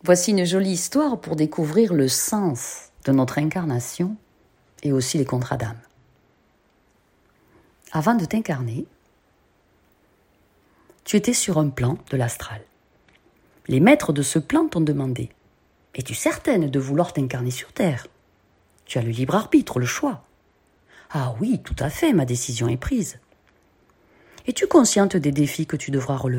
Voici une jolie histoire pour découvrir le sens de notre incarnation et aussi les contrats d'âme. Avant de t'incarner, tu étais sur un plan de l'astral. Les maîtres de ce plan t'ont demandé « Es-tu certaine de vouloir t'incarner sur Terre ? Tu as le libre arbitre, le choix. » « Ah oui, tout à fait, ma décision est prise. » « Es-tu consciente des défis que tu devras relever ? »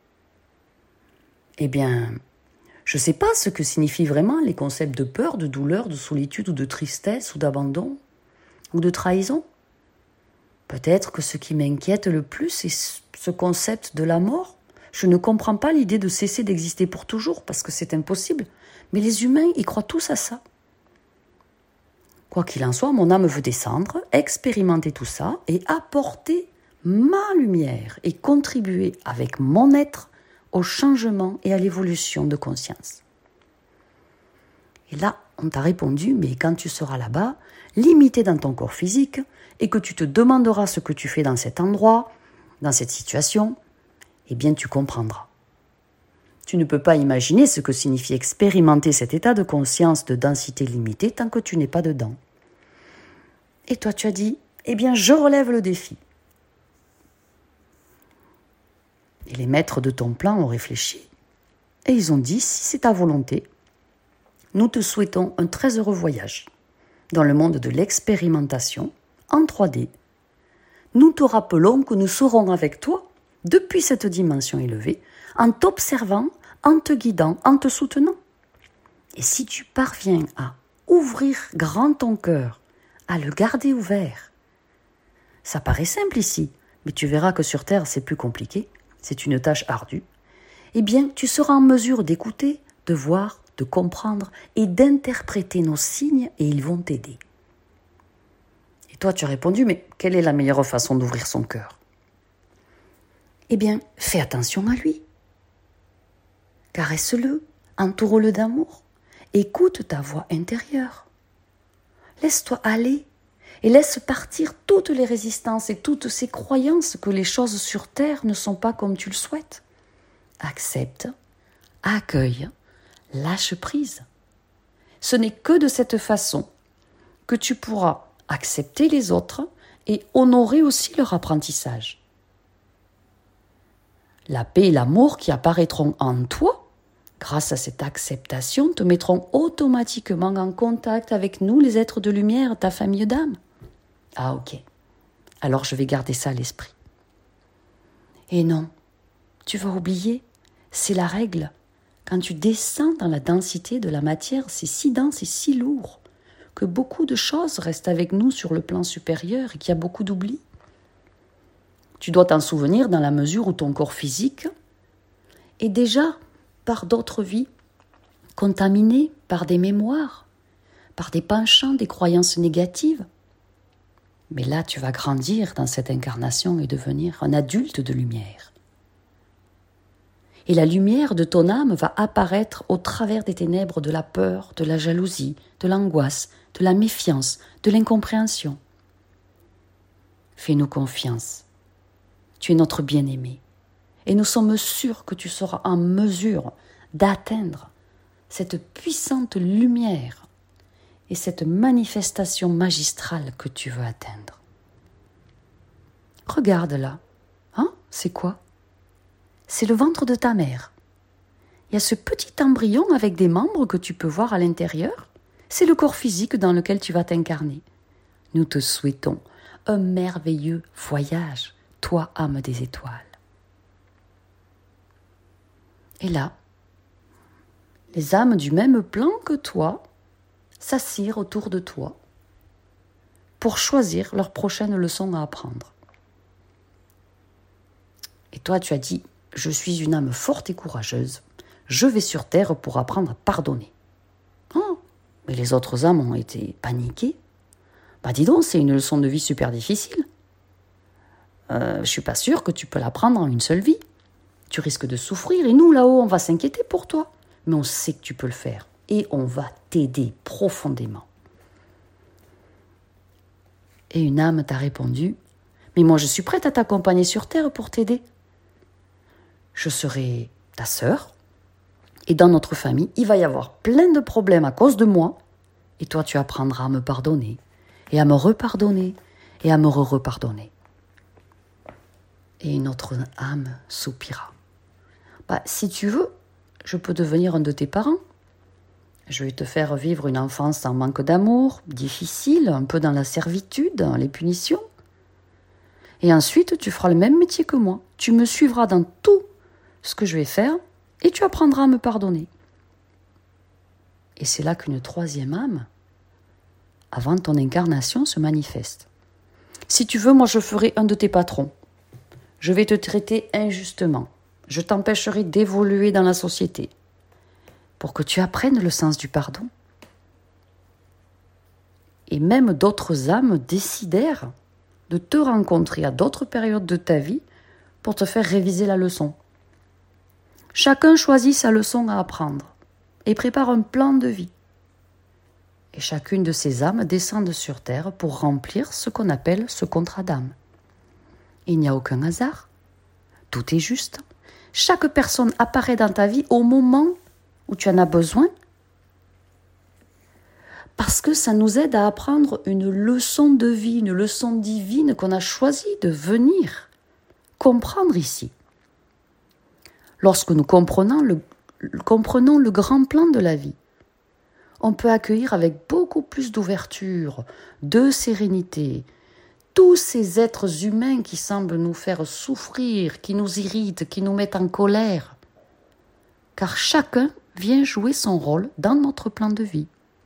Eh bien, je ne sais pas ce que signifient vraiment les concepts de peur, de douleur, de solitude ou de tristesse ou d'abandon ou de trahison. Peut-être que ce qui m'inquiète le plus est ce concept de la mort. Je ne comprends pas l'idée de cesser d'exister pour toujours parce que c'est impossible. Mais les humains, ils croient tous à ça. Quoi qu'il en soit, mon âme veut descendre, expérimenter tout ça et apporter ma lumière et contribuer avec mon être au changement et à l'évolution de conscience. Et là, on t'a répondu, mais quand tu seras là-bas, limité dans ton corps physique, et que tu te demanderas ce que tu fais dans cet endroit, dans cette situation, eh bien tu comprendras. Tu ne peux pas imaginer ce que signifie expérimenter cet état de conscience de densité limitée tant que tu n'es pas dedans. Et toi, tu as dit, eh bien, je relève le défi. Et les maîtres de ton plan ont réfléchi et ils ont dit, si c'est ta volonté, nous te souhaitons un très heureux voyage dans le monde de l'expérimentation en 3D. Nous te rappelons que nous serons avec toi depuis cette dimension élevée en t'observant, en te guidant, en te soutenant. Et si tu parviens à ouvrir grand ton cœur, à le garder ouvert, ça paraît simple ici, mais tu verras que sur Terre c'est plus compliqué, c'est une tâche ardue, eh bien tu seras en mesure d'écouter, de voir, de comprendre et d'interpréter nos signes et ils vont t'aider. Et toi tu as répondu, mais quelle est la meilleure façon d'ouvrir son cœur ? Eh bien, fais attention à lui. Caresse-le, entoure-le d'amour, écoute ta voix intérieure. Laisse-toi aller et laisse partir toutes les résistances et toutes ces croyances que les choses sur Terre ne sont pas comme tu le souhaites. Accepte, accueille, lâche prise. Ce n'est que de cette façon que tu pourras accepter les autres et honorer aussi leur apprentissage. La paix et l'amour qui apparaîtront en toi, grâce à cette acceptation, te mettront automatiquement en contact avec nous, les êtres de lumière, ta famille d'âme. Ah ok, alors je vais garder ça à l'esprit. Et non, tu vas oublier, c'est la règle. Quand tu descends dans la densité de la matière, c'est si dense et si lourd que beaucoup de choses restent avec nous sur le plan supérieur et qu'il y a beaucoup d'oubli. Tu dois t'en souvenir dans la mesure où ton corps physique est déjà, par d'autres vies, contaminé par des mémoires, par des penchants, des croyances négatives. Mais là, tu vas grandir dans cette incarnation et devenir un adulte de lumière. Et la lumière de ton âme va apparaître au travers des ténèbres de la peur, de la jalousie, de l'angoisse, de la méfiance, de l'incompréhension. Fais-nous confiance. Tu es notre bien-aimé. Et nous sommes sûrs que tu seras en mesure d'atteindre cette puissante lumière et cette manifestation magistrale que tu veux atteindre. Regarde là. Hein ? C'est quoi ? C'est le ventre de ta mère. Il y a ce petit embryon avec des membres que tu peux voir à l'intérieur. C'est le corps physique dans lequel tu vas t'incarner. Nous te souhaitons un merveilleux voyage, toi, âme des étoiles. Et là, les âmes du même plan que toi s'assirent autour de toi pour choisir leur prochaine leçon à apprendre. Et toi, tu as dit, je suis une âme forte et courageuse. Je vais sur Terre pour apprendre à pardonner. Oh, mais les autres âmes ont été paniquées. Bah dis donc, c'est une leçon de vie super difficile. Je suis pas sûre que tu peux l'apprendre en une seule vie. Tu risques de souffrir et nous, là-haut, on va s'inquiéter pour toi. Mais on sait que tu peux le faire et on va t'aider profondément. Et une âme t'a répondu, mais moi je suis prête à t'accompagner sur Terre pour t'aider. Je serai ta sœur Et dans notre famille, il va y avoir plein de problèmes à cause de moi. Et toi, tu apprendras à me pardonner, et à me repardonner, et à me repardonner. Et une autre âme soupira. Si tu veux, je peux devenir un de tes parents. Je vais te faire vivre une enfance en manque d'amour, difficile, un peu dans la servitude, dans les punitions. Et ensuite, tu feras le même métier que moi. Tu me suivras dans tout ce que je vais faire et tu apprendras à me pardonner. Et c'est là qu'une troisième âme, avant ton incarnation, se manifeste. Si tu veux, moi je ferai un de tes patrons. Je vais te traiter injustement. Je t'empêcherai d'évoluer dans la société pour que tu apprennes le sens du pardon. Et même d'autres âmes décidèrent de te rencontrer à d'autres périodes de ta vie pour te faire réviser la leçon. Chacun choisit sa leçon à apprendre et prépare un plan de vie. Et chacune de ces âmes descendent sur terre pour remplir ce qu'on appelle ce contrat d'âme. Il n'y a aucun hasard. Tout est juste. Chaque personne apparaît dans ta vie au moment où tu en as besoin, parce que ça nous aide à apprendre une leçon de vie, une leçon divine qu'on a choisi de venir comprendre ici. Lorsque nous comprenons le grand plan de la vie, on peut accueillir avec beaucoup plus d'ouverture, de sérénité, tous ces êtres humains qui semblent nous faire souffrir, qui nous irritent, qui nous mettent en colère. Car chacun vient jouer son rôle dans notre plan de vie.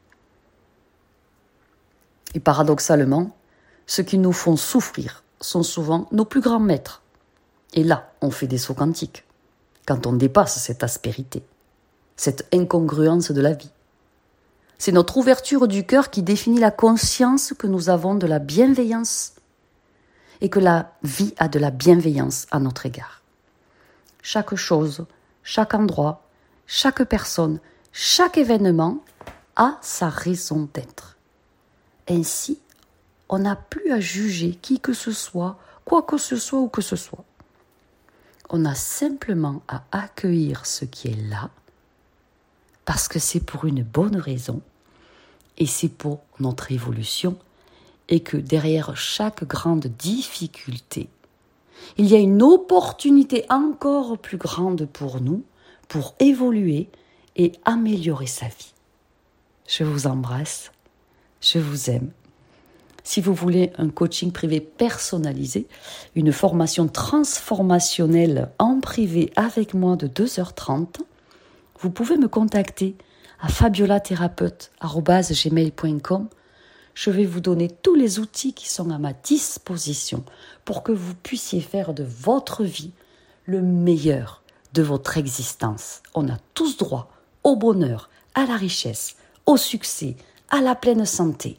Et paradoxalement, ceux qui nous font souffrir sont souvent nos plus grands maîtres. Et là, on fait des sauts quantiques, quand on dépasse cette aspérité, cette incongruence de la vie. C'est notre ouverture du cœur qui définit la conscience que nous avons de la bienveillance et que la vie a de la bienveillance à notre égard. Chaque chose, chaque endroit, chaque personne, chaque événement a sa raison d'être. Ainsi, on n'a plus à juger qui que ce soit, quoi que ce soit ou que ce soit. On a simplement à accueillir ce qui est là, parce que c'est pour une bonne raison, et c'est pour notre évolution, et que derrière chaque grande difficulté, il y a une opportunité encore plus grande pour nous, pour évoluer et améliorer sa vie. Je vous embrasse, je vous aime. Si vous voulez un coaching privé personnalisé, une formation transformationnelle en privé avec moi de 2h30, vous pouvez me contacter à fabiolathérapeute@gmail.com. Je vais vous donner tous les outils qui sont à ma disposition pour que vous puissiez faire de votre vie le meilleur de votre existence. On a tous droit au bonheur, à la richesse, au succès, à la pleine santé.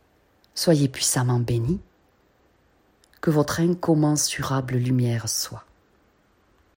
Soyez puissamment bénis, que votre incommensurable lumière soit.